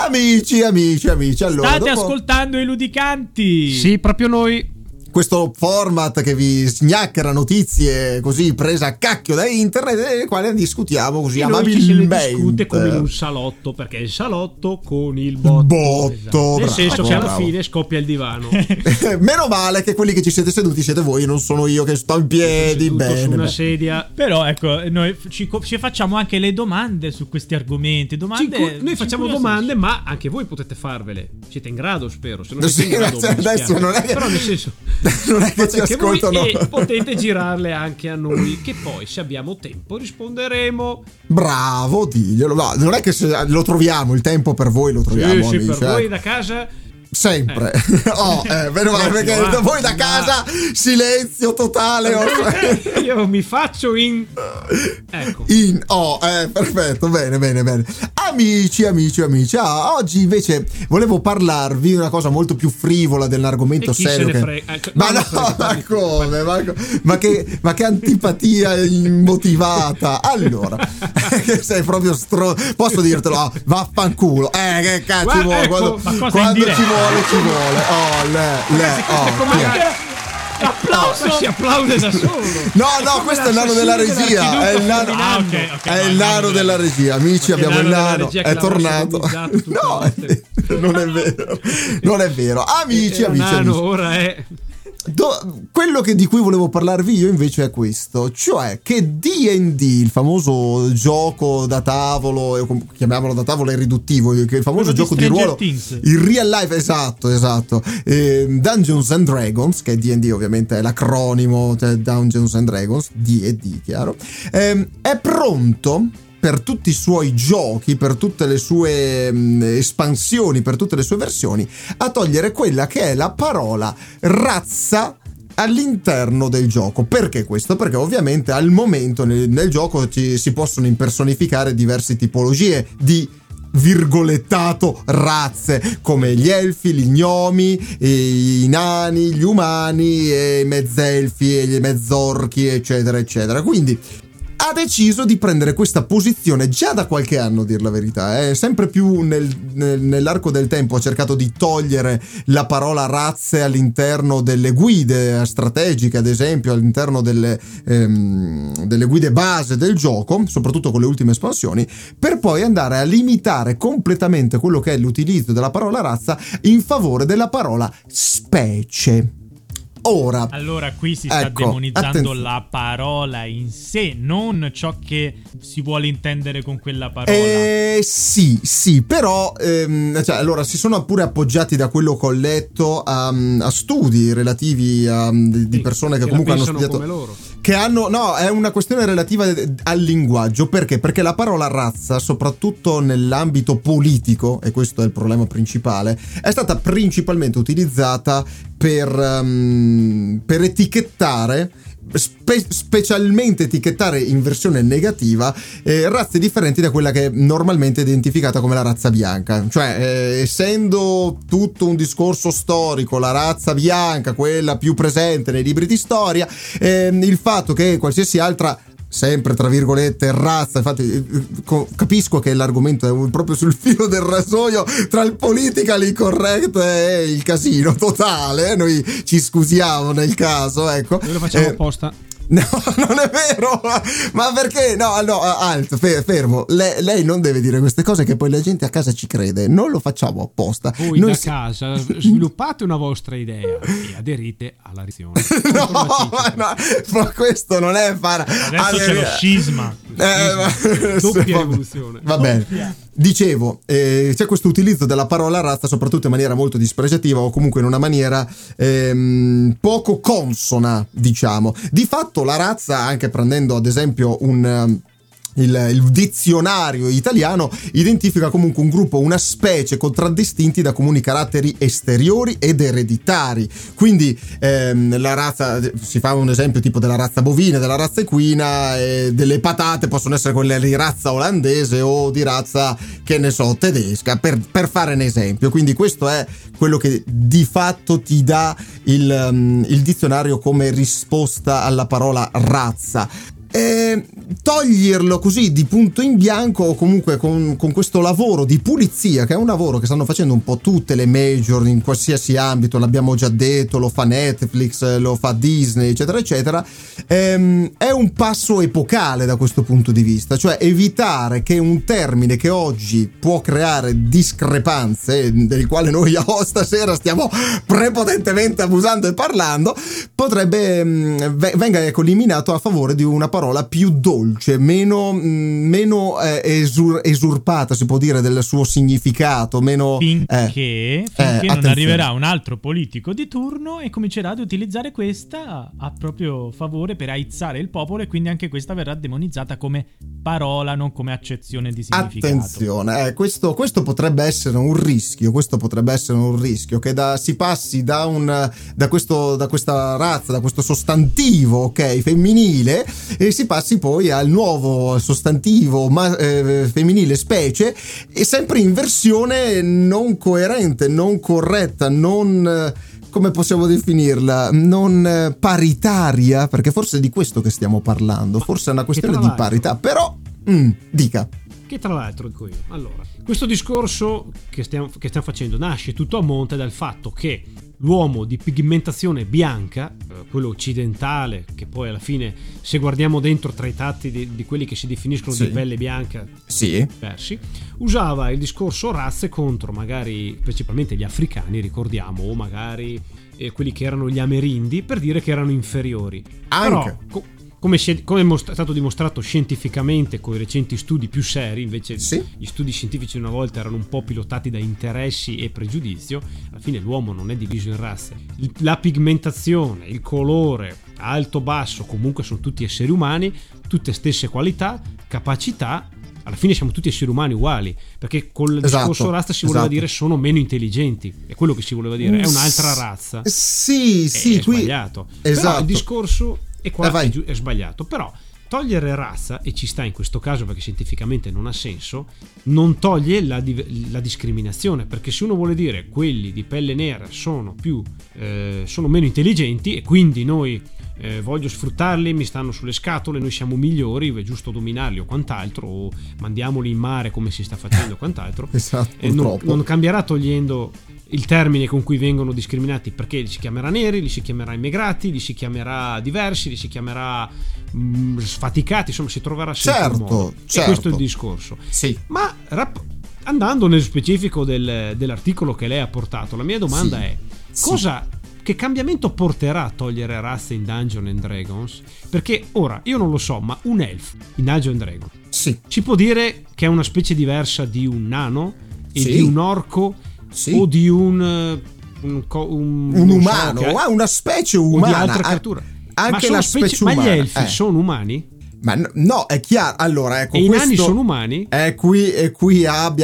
Amici, allora state ascoltando i Ludicanti. Sì, proprio noi. Questo format che vi sgnacchera notizie così presa a cacchio da internet, delle quali discutiamo così e amabilmente. Noi ci se ne discute come in un salotto, perché è il salotto con il botto. Esatto. Nel senso che alla bravo. fine scoppia il divano. Meno male che quelli che ci siete seduti siete voi, non sono io che sto in piedi. Seduto Bene, su una bene. sedia. Però ecco, noi ci facciamo anche le domande su questi argomenti. Noi facciamo domande, ma anche voi potete farvele. Siete in grado, spero. Se non Sì, siete in grado, mi adesso dispiace. non è che- Però nel senso non è che ci anche voi, ascoltano. e potete girarle anche a noi, che poi se abbiamo tempo risponderemo. Bravo, diglielo. No, non è che se lo troviamo, il tempo per voi lo troviamo, Sì, amici, per voi ecco. da casa. Sempre. Meno male, perché voi da casa silenzio totale. Io mi faccio in. Ecco. Perfetto, bene. Amici. Oggi invece volevo parlarvi di una cosa molto più frivola dell'argomento E chi serio. se ne frega? Ma no, no, parli tu, ma che antipatia immotivata. Allora, che sei proprio posso dirtelo? Vaffanculo. Che cazzo Guarda, vuole? ecco, ma cosa Quando in diretta? ci vuole. Chi è? Applauso! Si applaude da solo. No, questo è il nano della regia. È il nano, ok, è il nano della regia. Amici, Ma che abbiamo il nano della nano. regia che È l'avrà tornato. sodomizzato tutte No, le volte. non è vero. Non è vero. Amici. Nano ora è. Quello di cui volevo parlarvi io invece è questo, cioè che D&D, il famoso gioco da tavolo, chiamiamolo da tavolo è riduttivo, che il famoso Quello gioco di di Stranger ruolo, Things. il real life, esatto, Dungeons and Dragons, che è D&D ovviamente è l'acronimo, cioè Dungeons and Dragons, D&D chiaro, è pronto per tutti i suoi giochi, per tutte le sue espansioni, per tutte le sue versioni, a togliere quella che è la parola razza all'interno del gioco. Perché questo? Perché ovviamente al momento nel gioco si possono impersonificare diverse tipologie di virgolettato razze, come gli elfi, gli gnomi, i nani, gli umani, e i mezzelfi e gli mezzorchi, eccetera. Quindi ha deciso di prendere questa posizione già da qualche anno, a dir la verità, sempre più nell'arco del tempo ha cercato di togliere la parola razze all'interno delle guide strategiche, ad esempio all'interno delle guide base del gioco, soprattutto con le ultime espansioni, per poi andare a limitare completamente quello che è l'utilizzo della parola razza in favore della parola specie. Ora, allora qui si sta demonizzando la parola in sé, non ciò che si vuole intendere con quella parola. Sì, però allora si sono pure appoggiati, da quello che ho letto, a studi relativi di persone che comunque hanno studiato come loro. Che hanno, no, è una questione relativa al linguaggio. Perché la parola razza, soprattutto nell'ambito politico, e questo è il problema principale, è stata principalmente utilizzata per etichettare, specialmente etichettare in versione negativa razze differenti da quella che è normalmente identificata come la razza bianca. Cioè, essendo tutto un discorso storico, la razza bianca, quella più presente nei libri di storia, il fatto che qualsiasi altra, sempre tra virgolette, razza, infatti capisco che l'argomento è proprio sul filo del rasoio tra il politically correct e il casino totale, noi ci scusiamo nel caso, ecco. Noi lo facciamo apposta. No, non è vero, ma perché? No, alto, fermo. Lei non deve dire queste cose, che poi la gente a casa ci crede. Non lo facciamo apposta. Voi da casa sviluppate una vostra idea e aderite alla reazione. ma questo non è Adesso c'è lo scisma. Doppia rivoluzione. Va bene. Dicevo, c'è questo utilizzo della parola razza, soprattutto in maniera molto dispregiativa, o comunque in una maniera poco consona, diciamo. Di fatto la razza, anche prendendo ad esempio il dizionario italiano, identifica comunque un gruppo, una specie contraddistinti da comuni caratteri esteriori ed ereditari. Quindi la razza, si fa un esempio tipo della razza bovina, della razza equina, delle patate possono essere quelle di razza olandese o di razza, che ne so, tedesca, per fare un esempio. Quindi questo è quello che di fatto ti dà il dizionario come risposta alla parola razza. toglierlo così di punto in bianco, o comunque con questo lavoro di pulizia, che è un lavoro che stanno facendo un po' tutte le major in qualsiasi ambito, l'abbiamo già detto, lo fa Netflix, lo fa Disney, eccetera eccetera, è un passo epocale da questo punto di vista, cioè evitare che un termine che oggi può creare discrepanze, del quale noi stasera stiamo prepotentemente abusando e parlando, potrebbe venga eliminato a favore di una parola più dolce, meno esurpata, si può dire, del suo significato, meno finché non arriverà un altro politico di turno e comincerà ad utilizzare questa a proprio favore per aizzare il popolo, e quindi anche questa verrà demonizzata come parola, non come accezione di significato. Attenzione, questo potrebbe essere un rischio, che si passi da questa razza, da questo sostantivo, ok, femminile, e si passi poi al nuovo sostantivo femminile specie, e sempre in versione non coerente, non corretta, non, come possiamo definirla, non paritaria, perché forse è di questo che stiamo parlando, forse è una questione di parità, però dica. Che tra l'altro dico io, allora, questo discorso che stiamo facendo nasce tutto a monte dal fatto che l'uomo di pigmentazione bianca, quello occidentale, che poi alla fine, se guardiamo dentro tra i tratti di quelli che si definiscono di pelle bianca, diversi, usava il discorso razze contro magari principalmente gli africani, ricordiamo, o magari quelli che erano gli amerindi, per dire che erano inferiori. Anche. Però, come è stato dimostrato scientificamente con i recenti studi più seri, invece gli studi scientifici una volta erano un po' pilotati da interessi e pregiudizio, alla fine l'uomo non è diviso in razze. La pigmentazione, il colore, alto, basso, comunque sono tutti esseri umani, tutte stesse qualità, capacità. Alla fine siamo tutti esseri umani uguali, perché col discorso razza si voleva dire sono meno intelligenti, è quello che si voleva dire, è un'altra razza. È qui sbagliato. Esatto. Però il discorso è è sbagliato, però togliere razza, e ci sta in questo caso perché scientificamente non ha senso, non toglie la discriminazione, perché se uno vuole dire quelli di pelle nera sono meno intelligenti e quindi noi voglio sfruttarli, mi stanno sulle scatole, noi siamo migliori, è giusto dominarli o quant'altro, o mandiamoli in mare come si sta facendo quant'altro, non cambierà togliendo il termine con cui vengono discriminati, perché li si chiamerà neri, li si chiamerà immigrati, li si chiamerà diversi, li si chiamerà sfaticati, insomma si troverà sempre un modo. E questo è il discorso. Ma andando nel specifico dell'articolo che lei ha portato, la mia domanda è che cambiamento porterà a togliere razze in Dungeons and Dragons? Perché ora io non lo so, ma un elf in Dungeons and Dragons ci può dire che è una specie diversa di un nano e di un orco o di un umano, una specie umana, o di altre creature. Anche la specie umana. Ma gli elfi sono umani? Ma no, è chiaro. Allora, ecco, e i nani sono umani? E qui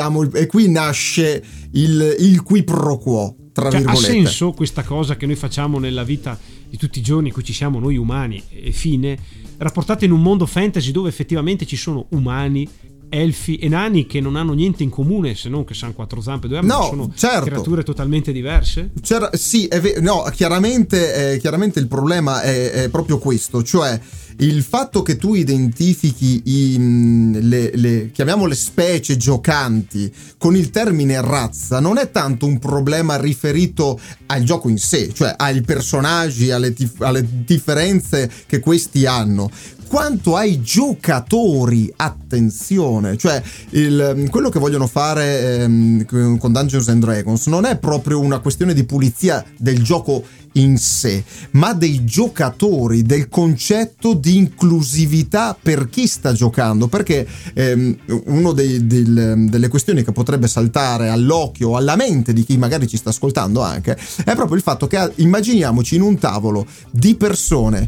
nasce il qui pro quo, tra virgolette. Ha senso questa cosa che noi facciamo nella vita di tutti i giorni in cui ci siamo noi umani e fine, rapportate in un mondo fantasy dove effettivamente ci sono umani, elfi e nani che non hanno niente in comune se non che sanno quattro zampe, due armi, sono creature totalmente diverse? Chiaramente il problema è proprio questo, cioè il fatto che tu identifichi chiamiamole specie giocanti con il termine razza non è tanto un problema riferito al gioco in sé, cioè ai personaggi, alle differenze che questi hanno, quanto ai giocatori. Attenzione, cioè quello che vogliono fare con Dungeons and Dragons non è proprio una questione di pulizia del gioco in sé, ma dei giocatori, del concetto di inclusività per chi sta giocando, perché uno delle questioni che potrebbe saltare all'occhio o alla mente di chi magari ci sta ascoltando anche è proprio il fatto che immaginiamoci in un tavolo di persone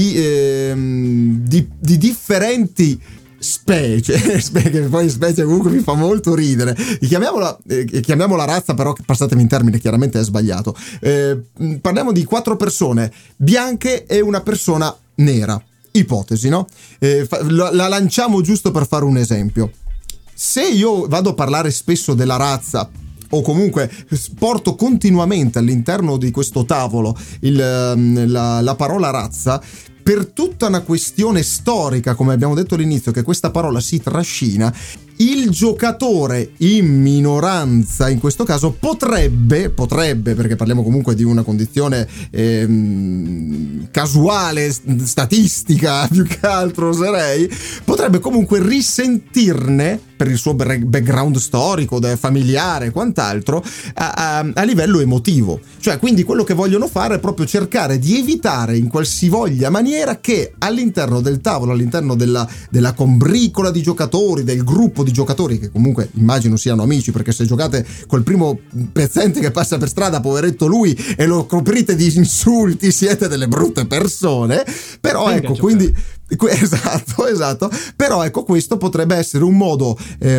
di differenti specie, che poi specie comunque mi fa molto ridere, chiamiamola razza, però passatemi in termine, chiaramente è sbagliato. Parliamo di 4 persone bianche e una persona nera, ipotesi, no? La lanciamo giusto per fare un esempio. Se io vado a parlare spesso della razza, o comunque porto continuamente all'interno di questo tavolo la parola razza, per tutta una questione storica, come abbiamo detto all'inizio, che questa parola si trascina, il giocatore in minoranza in questo caso potrebbe, perché parliamo comunque di una condizione casuale, statistica più che altro oserei, potrebbe comunque risentirne per il suo background storico, familiare e quant'altro a livello emotivo. Cioè, quindi quello che vogliono fare è proprio cercare di evitare in qualsivoglia maniera che all'interno del tavolo, all'interno della combricola di giocatori, del gruppo di giocatori, che comunque immagino siano amici, perché se giocate col primo pezzente che passa per strada, poveretto lui, e lo coprite di insulti, siete delle brutte persone. Però ecco, quindi esatto, però ecco, questo potrebbe essere un modo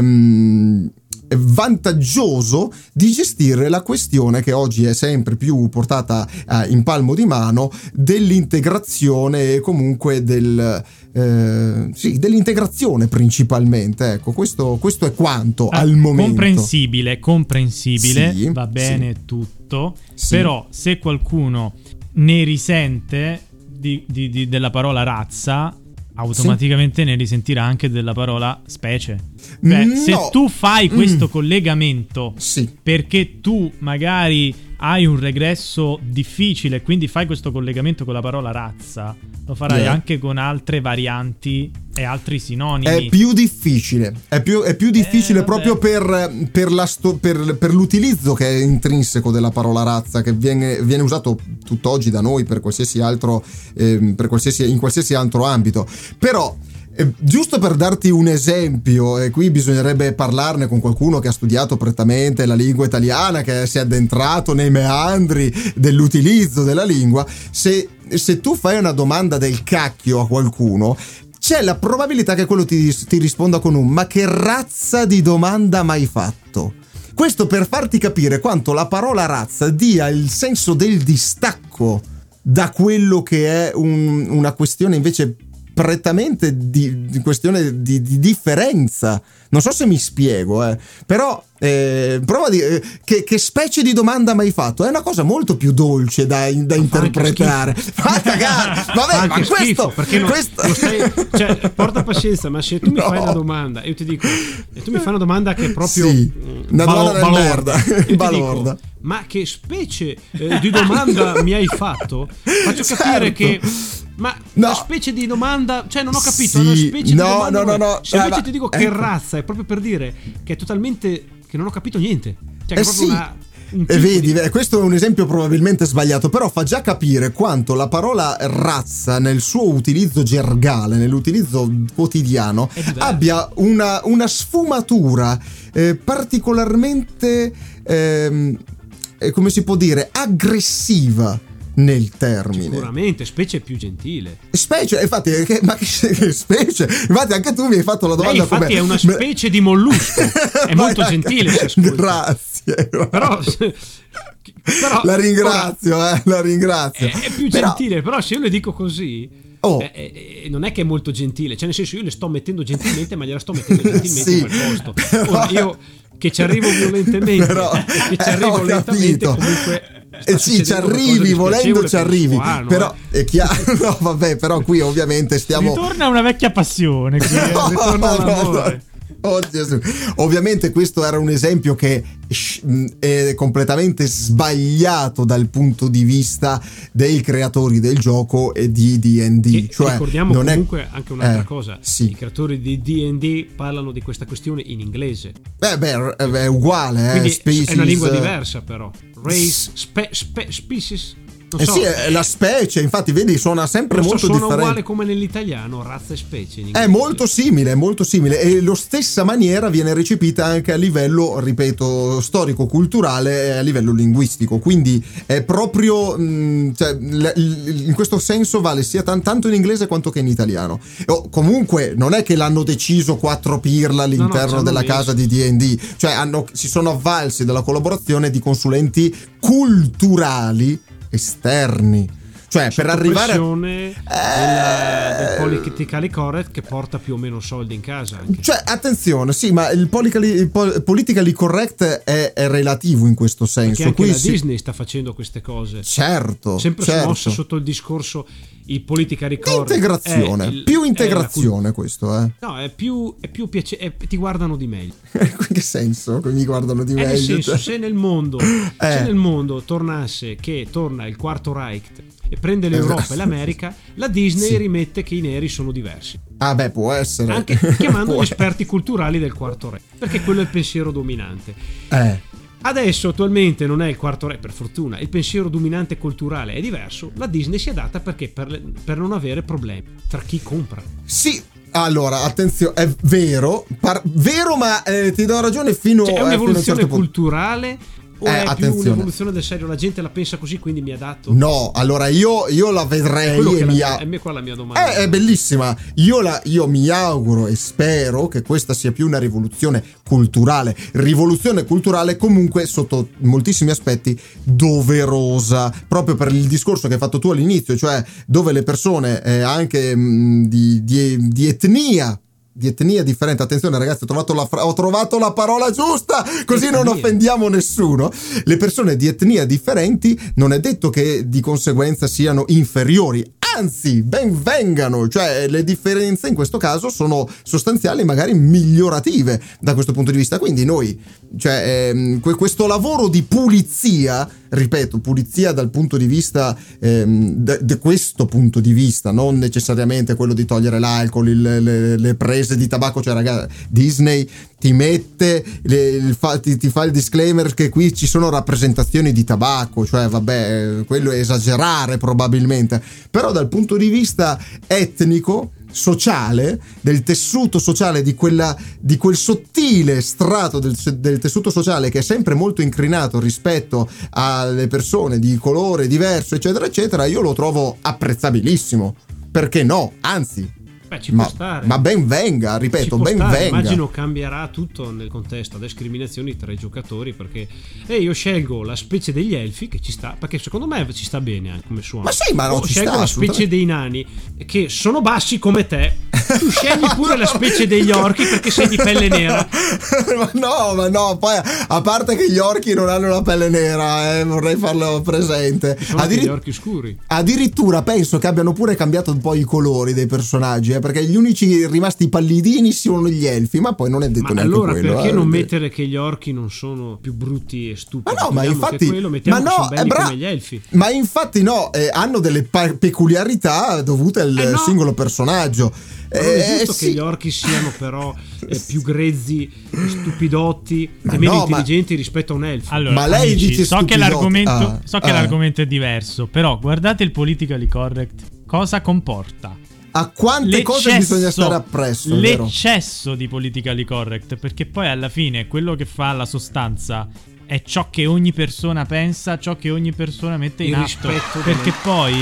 vantaggioso di gestire la questione che oggi è sempre più portata in palmo di mano, dell'integrazione e comunque dell'integrazione principalmente. Ecco, questo è quanto al momento. Comprensibile, sì, va bene, sì, tutto, sì. Però se qualcuno ne risente della parola razza, automaticamente, sì, ne risentirà anche della parola specie. Beh, no. Se tu fai questo collegamento, sì, perché tu magari hai un regresso difficile, quindi fai questo collegamento con la parola razza, lo farai anche con altre varianti e altri sinonimi. È più difficile proprio per l'utilizzo che è intrinseco della parola razza, che viene usato tutt'oggi da noi per qualsiasi altro in qualsiasi altro ambito. Però giusto per darti un esempio, e qui bisognerebbe parlarne con qualcuno che ha studiato prettamente la lingua italiana, che si è addentrato nei meandri dell'utilizzo della lingua, se tu fai una domanda del cacchio a qualcuno, c'è la probabilità che quello ti risponda con un "ma che razza di domanda m'hai fatto?". Questo per farti capire quanto la parola razza dia il senso del distacco da quello che è una questione invece prettamente di questione di differenza. Non so se mi spiego, però prova a dire che specie di domanda m'hai fatto. È una cosa molto più dolce da interpretare. Vabbè, ma questo perché cioè, porta pazienza, ma se tu mi fai una domanda, io ti dico, e tu mi fai una domanda che è proprio una domanda del merda, balorda. Ma che specie di domanda mi hai fatto? Faccio capire che una specie di domanda, cioè non ho capito, una specie di domanda. No. Se invece ti dico che razza, è proprio per dire che è totalmente, che non ho capito niente. Cioè è proprio vedi, questo è un esempio probabilmente sbagliato, però fa già capire quanto la parola razza nel suo utilizzo gergale, nell'utilizzo quotidiano, abbia una sfumatura particolarmente come si può dire, aggressiva nel termine. Sicuramente, specie è più gentile. Specie, infatti, ma che specie? Infatti anche tu mi hai fatto la domanda. Infatti è una specie di mollusco. È molto gentile, se ascolta. Grazie. Però la ringrazio. È più gentile, però se io le dico così, non è che è molto gentile, cioè nel senso, io le sto mettendo gentilmente, ma gliela sto mettendo gentilmente in quel posto. Ora, io che ci arrivo violentemente, comunque sì, ci arrivi, volendo ci arrivi, però è chiaro. No, vabbè, però qui ovviamente stiamo, ritorna una vecchia passione qui, ritorna l'amore. Oh, Gesù. Ovviamente questo era un esempio che è completamente sbagliato dal punto di vista dei creatori del gioco e di D&D. Cioè, ricordiamo comunque anche un'altra cosa, sì. I creatori di D&D parlano di questa questione in inglese. È uguale, quindi species, è una lingua diversa, però race, species. Sì, è la specie, infatti vedi, suona sempre molto differente. Suona uguale come nell'italiano, razza e specie. È molto simile e lo stessa maniera viene recepita anche a livello, ripeto, storico-culturale e a livello linguistico. Quindi è proprio, cioè, in questo senso vale sia tanto in inglese quanto che in italiano. Comunque non è che l'hanno deciso 4 pirla all'interno della casa di D&D, cioè si sono avvalsi della collaborazione di consulenti culturali esterni, cioè per arrivare del politically correct, che porta più o meno soldi in casa anche. Cioè attenzione, sì, ma il politically correct è relativo in questo senso. Perché anche la Disney sta facendo queste cose, certo, sempre smossa sotto il discorso il politically correct integrazione, più integrazione questo, No, è più piacere, ti guardano di meglio. In che senso? Mi guardano di meglio? Nel senso, se nel mondo torna il Quarto Reich e prende l'Europa e l'America, la Disney rimette che i neri sono diversi. Ah beh, può essere. Anche chiamando gli esperti culturali del Quarto Reich, perché quello è il pensiero dominante. Adesso attualmente non è il Quarto Reich, per fortuna, il pensiero dominante culturale è diverso, la Disney si adatta perché per non avere problemi tra chi compra. Sì. Allora, attenzione, è vero, ma ti do ragione fino è un'evoluzione culturale o è attenzione. Più un'evoluzione del serio? La gente la pensa così, quindi mi adatto? No, allora io la vedrei è qua la mia domanda. È bellissima. Io mi auguro e spero che questa sia più una rivoluzione culturale comunque sotto moltissimi aspetti doverosa, proprio per il discorso che hai fatto tu all'inizio, cioè dove le persone anche di etnia differente. Attenzione ragazzi, ho trovato la parola giusta, così non offendiamo nessuno. Le persone di etnia differenti non è detto che di conseguenza siano inferiori, anzi ben vengano, cioè le differenze in questo caso sono sostanziali, magari migliorative da questo punto di vista. Quindi noi, questo lavoro di pulizia, ripeto, pulizia dal punto di vista da questo punto di vista, non necessariamente quello di togliere l'alcol, le prese di tabacco, cioè ragazzi, Disney ti mette ti fa il disclaimer che qui ci sono rappresentazioni di tabacco, cioè vabbè, quello è esagerare probabilmente, però dal punto di vista etnico, sociale, del tessuto sociale, di quel sottile strato del tessuto sociale che è sempre molto incrinato rispetto alle persone di colore diverso, eccetera eccetera, io lo trovo apprezzabilissimo. Perché no? Anzi, ci può stare. Ma ben venga, ripeto, ben venga. Immagino cambierà tutto nel contesto a discriminazioni tra i giocatori, perché io scelgo la specie degli elfi, che ci sta, perché secondo me ci sta bene anche come suono. Ma sì, ma non ci scelgo sta, la specie dei nani, che sono bassi come te. Tu scegli pure la specie degli orchi perché sei di pelle nera. ma no, poi a parte che gli orchi non hanno la pelle nera, vorrei farlo presente. Sono gli orchi scuri. Addirittura penso che abbiano pure cambiato un po' i colori dei personaggi, perché gli unici rimasti pallidini sono gli elfi, ma poi non è detto neanche allora, quello. Perché non mettere che gli orchi non sono più brutti e stupidi? Ma no, ma infatti, quello mettiamo che sono belli come gli elfi. Ma infatti no, hanno delle peculiarità dovute al singolo personaggio. Non è giusto che gli orchi siano però più grezzi, stupidotti e meno intelligenti rispetto a un elfo. Allora, ma lei amici, dice so che l'argomento è diverso, però guardate il politically correct cosa comporta. A quante cose bisogna stare appresso, l'eccesso di politically correct, perché poi alla fine quello che fa la sostanza è ciò che ogni persona pensa, ciò che ogni persona mette in atto, perché poi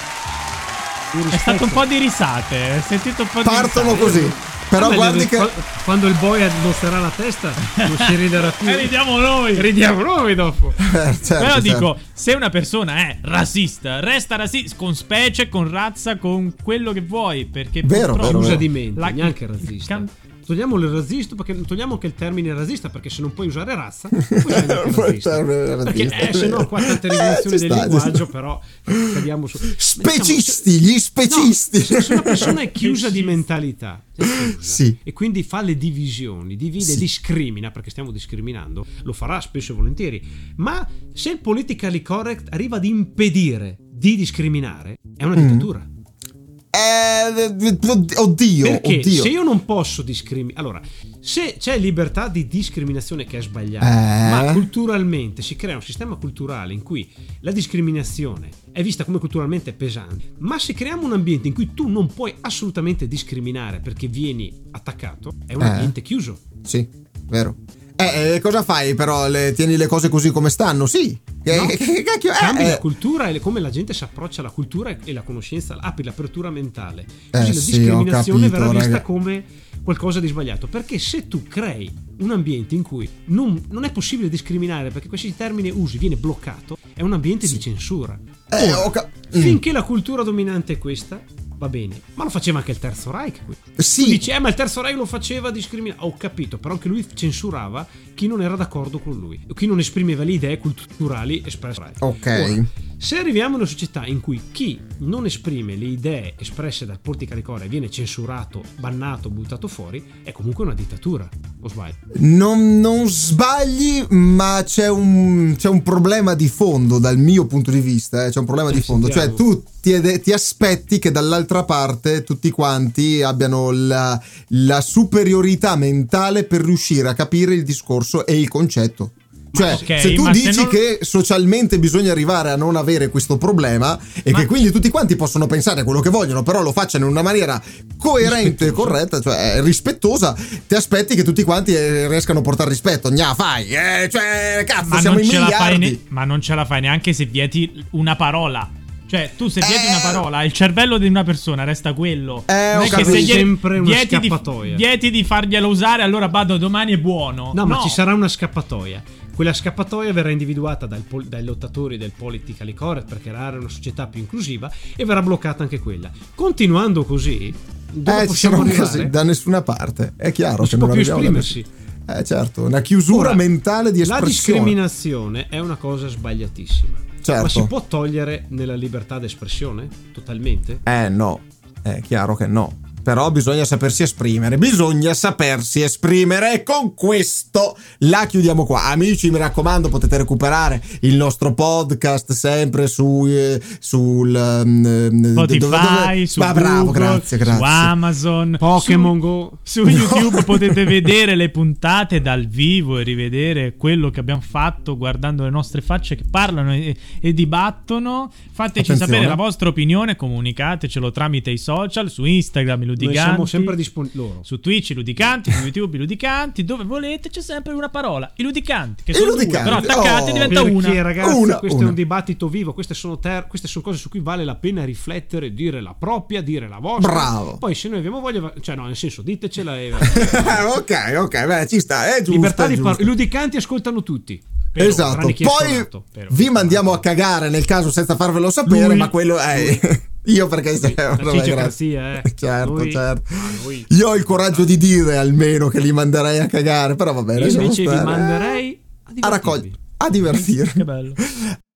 è stato un po' di risate, sentito un po' partono di risate. Così. Però guardi che quando il boy mostrerà la testa non si riderà più. Ridiamo noi dopo. Certo, però dico, se una persona è razzista, resta razzista con specie, con razza, con quello che vuoi, perché vero, usa di mente, neanche razzista. Togliamo il razzista, perché togliamo anche il termine razzista, perché se non puoi usare razza puoi usare anche razzista, perché se no qua tante rivoluzioni del linguaggio, però cadiamo su specisti, gli specisti. Se una persona è chiusa di mentalità, sì, e quindi fa le divisioni, divide, discrimina, perché stiamo discriminando, lo farà spesso e volentieri, ma se il politically correct arriva ad impedire di discriminare, è una dittatura. Oddio, perché se io non posso discriminare, allora, se c'è libertà di discriminazione, che è sbagliata, ma culturalmente si crea un sistema culturale in cui la discriminazione è vista come culturalmente pesante, ma se creiamo un ambiente in cui tu non puoi assolutamente discriminare perché vieni attaccato, è un ambiente chiuso. Sì, vero. Cosa fai però? Tieni le cose così come stanno? Sì. No, che cacchio è? Cambi la cultura e come la gente si approccia alla cultura e la conoscenza, apri l'apertura mentale. Così la discriminazione verrà vista come qualcosa di sbagliato. Perché se tu crei un ambiente in cui non è possibile discriminare, perché questi termini usi, viene bloccato, è un ambiente di censura. Finché la cultura dominante è questa, va bene, ma lo faceva anche il Terzo Reich. Sì. Tu dici, ma il Terzo Reich lo faceva discriminare. Ho capito, però anche lui censurava chi non era d'accordo con lui, chi non esprimeva le idee culturali espresse. Ok. Ora, Se arriviamo in una società in cui chi non esprime le idee espresse dal Political viene censurato, bannato, buttato fuori, è comunque una dittatura, o sbaglio? Non sbagli, ma c'è un problema di fondo dal mio punto di vista, c'è un problema di fondo, cioè tu ti aspetti che dall'altra parte tutti quanti abbiano la superiorità mentale per riuscire a capire il discorso e il concetto. Cioè, se tu dici che socialmente bisogna arrivare a non avere questo problema e che quindi tutti quanti possono pensare quello che vogliono, però lo facciano in una maniera coerente e corretta, cioè rispettosa, ti aspetti che tutti quanti riescano a portare rispetto. Cioè, cazzo, siamo in miliardi. Ma non ce la fai neanche se vieti una parola. Cioè, tu se vieti una parola, il cervello di una persona resta quello. Non è che se sempre una scappatoia. Vieti di farglielo usare, allora vado domani è buono. No, ma ci sarà una scappatoia. Quella scappatoia verrà individuata dai lottatori del politically correct per creare una società più inclusiva e verrà bloccata anche quella. Continuando così, dove possiamo arrivare? Da nessuna parte. È chiaro non che si può più esprimersi. Certo, una chiusura mentale di espressione. La discriminazione è una cosa sbagliatissima. Certo. Ma si può togliere nella libertà d'espressione? Totalmente? No, è chiaro che no. Però bisogna sapersi esprimere, e con questo la chiudiamo qua. Amici, mi raccomando, potete recuperare il nostro podcast sempre sul Spotify, su Google, bravo, grazie. su Amazon, Pokémon Go. Su YouTube potete vedere le puntate dal vivo e rivedere quello che abbiamo fatto guardando le nostre facce che parlano e dibattono. Fateci sapere la vostra opinione, comunicatecelo tramite i social, su Instagram Ludicanti. Noi siamo sempre disponibili. Su Twitch Ludicanti, su YouTube Ludicanti, dove volete c'è sempre una parola, i Ludicanti, che sono due, però attaccati diventa perché, una. Ragazzi, questo è un dibattito vivo, queste sono cose su cui vale la pena riflettere, dire la propria, dire la vostra. Bravo. Poi se noi abbiamo voglia, cioè no, nel senso, ditecela ok, beh, ci sta, è giusto. Libertà di parola. I Ludicanti ascoltano tutti. Esatto. Poi vi mandiamo a cagare nel caso senza farvelo sapere, ma quello è io perché cicocrazia, certo. Io ho il coraggio di dire almeno che li manderei a cagare, però va bene. Io invece vi manderei a divertirvi. Che bello.